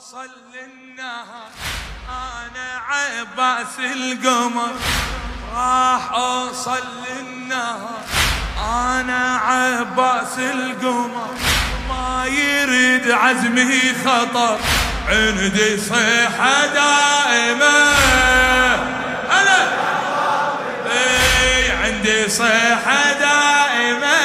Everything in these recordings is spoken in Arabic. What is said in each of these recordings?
وصل النهار أنا عباس القمر، راح أوصل للنهار أنا عباس القمر، ما يريد عزمي خطر عندي صيحة دائمة. أنا عندي صيحة دائمة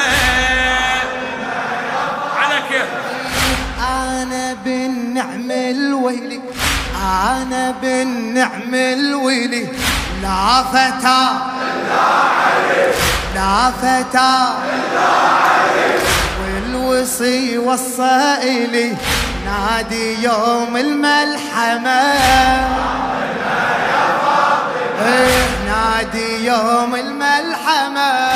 على كيف. أنا بالنعم الويلي، أنا بالنعم الويلي، لا فتى إلا علي، لا فتى إلا علي، والوصي وصى إلي نادي يوم الملحمة، نادي يوم الملحمة.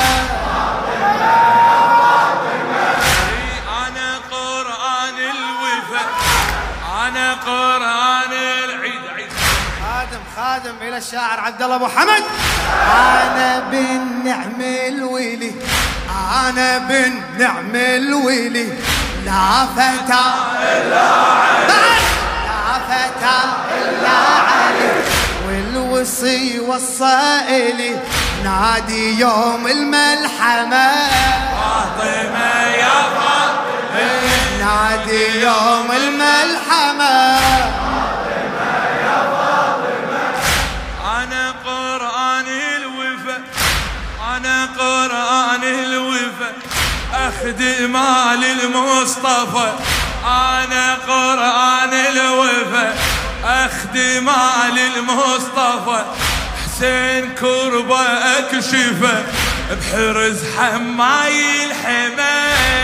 أنا قرآن الوفا، أنا قرآن العيد. خادم إلى الشاعر عبد الله أبو حمد. أنا بالنعم الويلي، أنا بالنعم الويلي، لا فتى إلا علي، لا فتى إلا علي، والوصي وصى إلي نادي يوم الملحمة، فاطمة يا فاطمة، نادي يوم الملحمة. أنا قرآن الوفا، أنا قرآن الوفا، أخدم آل المصطفى، أنا قرآن الوفا، أخدم آل المصطفى، حسين كربة أكشفه بحرز حماي الحمى.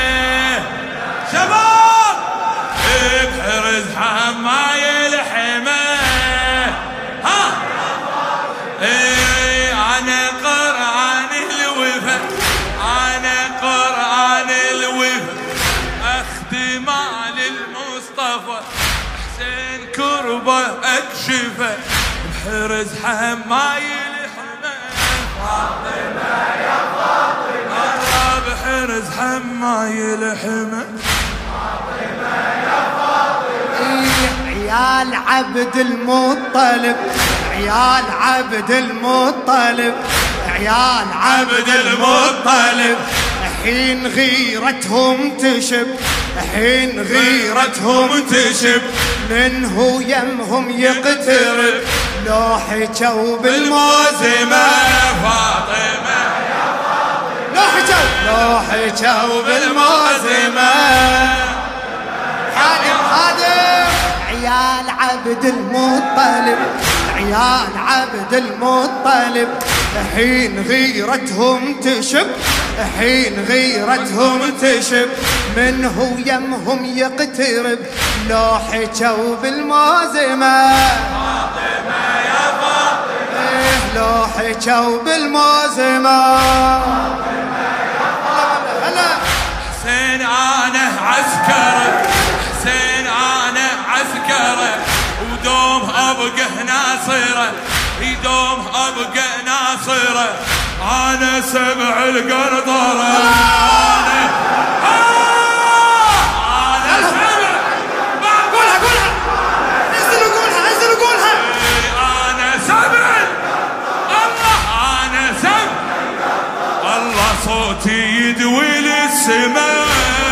شباب بحرز حماي الحمى. أنا قرآن الوفا، أنا قرآن الوفا، أخدم آل المصطفى، حسين كربة أكشفه بحرز حماي الحمى. فاطمة يا فاطمة، بحرز حماي الحمى. فاطمة يا فاطمة، عيال عبد المطلب، عيال عبد المطلب، عيال عبد المطلب، حين غيرتهم تشب، حين غيرتهم تشب، منه يمهم يقترب لو حكوا بالموزمة. فاطمة يا فاطمة، لو حكوا بالموزمة. خادم خادم عيال عبد المطلب، عيال عبد المطلب، حين غيرتهم تشب، حين غيرتهم تشب، منه يمهم يقترب لو حكوا بالموزمة. فاطمة يا فاطمة، لو حكوا بالموزمة. حسين أنا عسكرة، حسين أنا عسكرة، ودوم أبقى ناصرة، يدوم أبقى ناصرة، أنا سبع القنطرة. أنا سبع. قولها قولها، نزلوا قولها، نزلوا قولها. أنا سبع. الله أنا سبع. الله صوتي يدوي للسماء،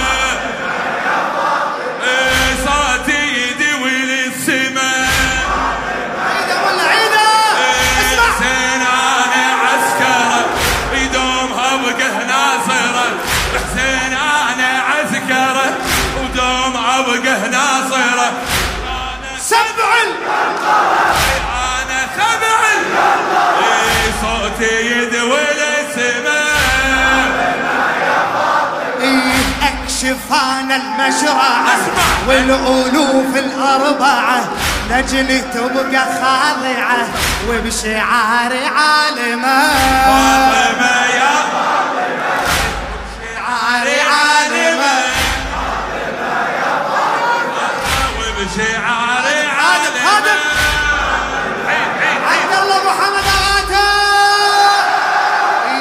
صوتي يدوي للسماء. عيدة ولا عيدة؟ اسمع. حسين أنا عسكرة، يدوم أبقى ناصرة، حسين أنا عسكرة، ودوم أبقى ناصرة. سبع أنا سبع. صوتي يدوي للسماء. اكشف انا المشرعة والألوف الأربعة، نجلي تبقى خاضعة وبشعار عالمة. فاطمة يا فاطمة، شعار عالمة. وبشعار خادم عالمة. عبد الله ابو حمد اغاثة.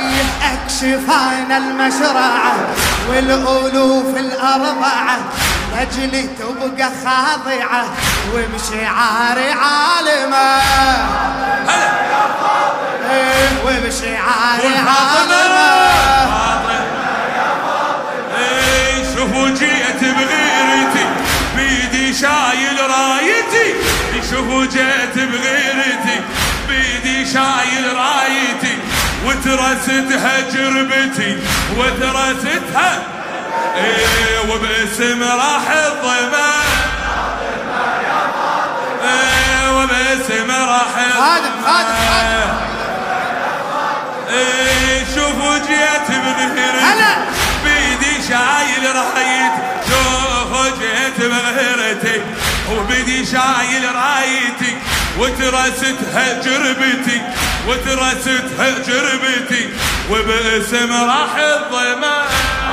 اكشف انا المشرعة والألوف الأربعة، لأجلي تبقى خاضعة وبشعاري عالمة. هلا وبشعاري عالمة. شوفوا جيت بغيرتي بيدي شايل رايتي. شوفوا جيت بغيرتي بيدي شايل رايتي وترستها جربتي وترستها وباسم راح الضمان. وباسم راح الضمان. شوفوا جيت بغيرتي بيدي شايل رايتي. شوفوا جيت بغيرتي وبيدي شايل رايتي وترستها جربتي وترستها جربتي وباسم راح الضمان.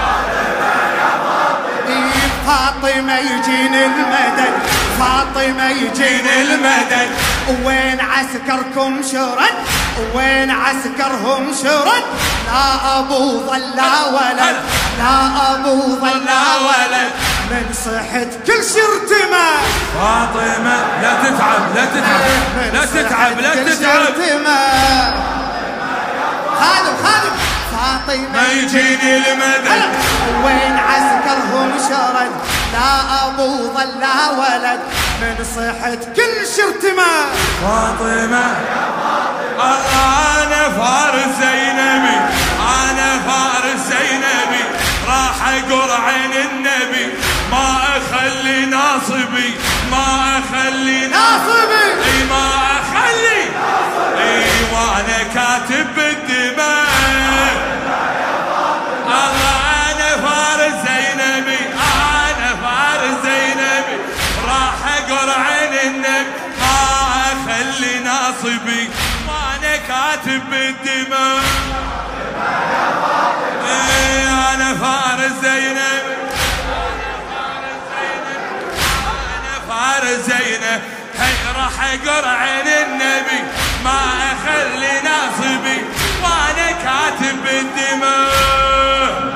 فاطمة يجين المدد. فاطمة يجين المدد. وين عسكركم شرد؟ وين عسكرهم شرد؟ لا أبو ظلا ولد. لا أبو ظلا ولد. من صحت كل شرتمة. فاطمة لا تتعب لا تتعب لا تتعب لا تتعب. خادم خادم. فاطمة ما يجيني المدد. وين عسكرهم شرد؟ لا أبو ظلا ولد. من صحت كل شرتمة. فاطمة الله أنا فارس زينبي. أنا فارس زينبي راح أقر عين النبي. ما أخلي ناصبي ما أخلي ناصبي. اي ما أخلي اي وأنا كاتب بالدماء. الله أنا فارس زينبي. أنا فارس زينبي راح أقر عين النبي. ما أخلي ناصبي وأنا كاتب بالدماء. أنا فارس زينب. أنا فارس زينب هي راح أقر عين النبي. ما أخلي ناصبي وأنا كاتب بالدماء.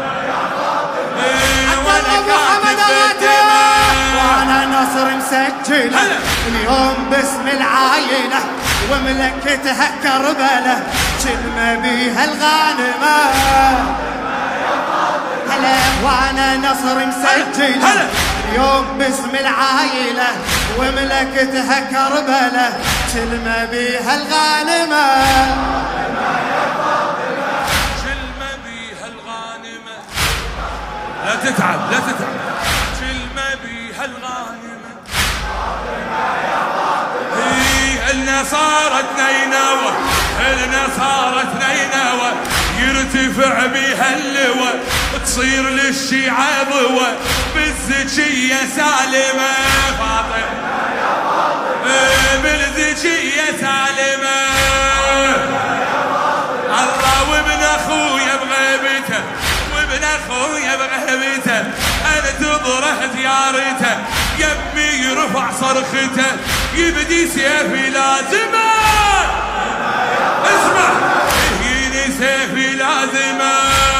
وأنا كاتب بالدماء. وأنا نصر مسجلة اليوم باسم العايلة وملكتها كربلة كلمة بيها الغانمة. هلا وأنا نصر مسجلة اليوم باسم العايلة وملكتها كربلة كلمة بيها الغانمة. كلمة بيها الغانمة. لا تتعب لا تتعب. كلمة بيها الغانمة. إلنا صارت نينوى. إلنا صارت نينوى يرتفع بيها اللوى تصير للشيعة ضوى بالزكية سالمة. فاطمة بالزكية سالمة. الله وابن أخويا بغيبته وابن أخويا بغيبته أنا تضره زيارته. يمي يرفع صرخته يبدي سيفي لازمه. اسمع يجيني سيفي لازمه.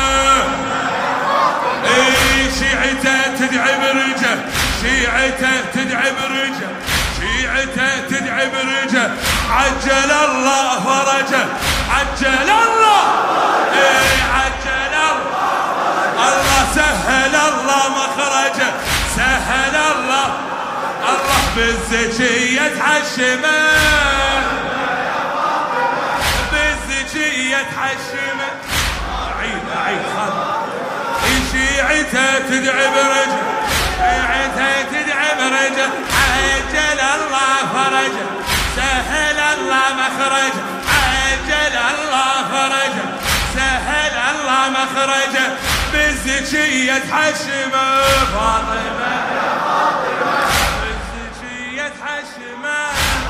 شيعته تدعي برجه. شيعته تدعي برجه. شيعته تدعي برجه. عجل الله فرجه. عجل الله عجل الله. الله سهل الله مخرجه. سهل الله. الله بالزكية حشمه. بالزكية حشمه. أعيد خالد. شيعته تدعي برجه. شيعته تدعي برجه. عجل الله فرجه. سهل الله مخرجه. عجل الله فرجه. سهل الله مخرجه. بالزكية حشمه. فاطمة بالزكية حشمه.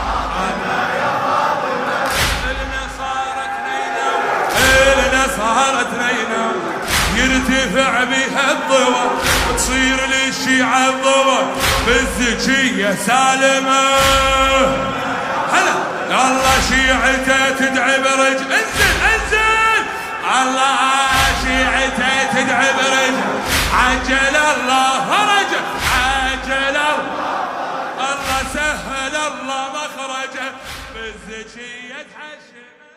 إلنا صارت نينوى. إلنا صارت نينوى يرتفع بها الضوى وتصير للشيعة الضوى بالزكية سالمة. هلا الله شيعته تدعي برج. انزل انزل. الله شيعته تدعي برج. عجل الله فرجه. سهل الله مخرجه بالزكية حشمه.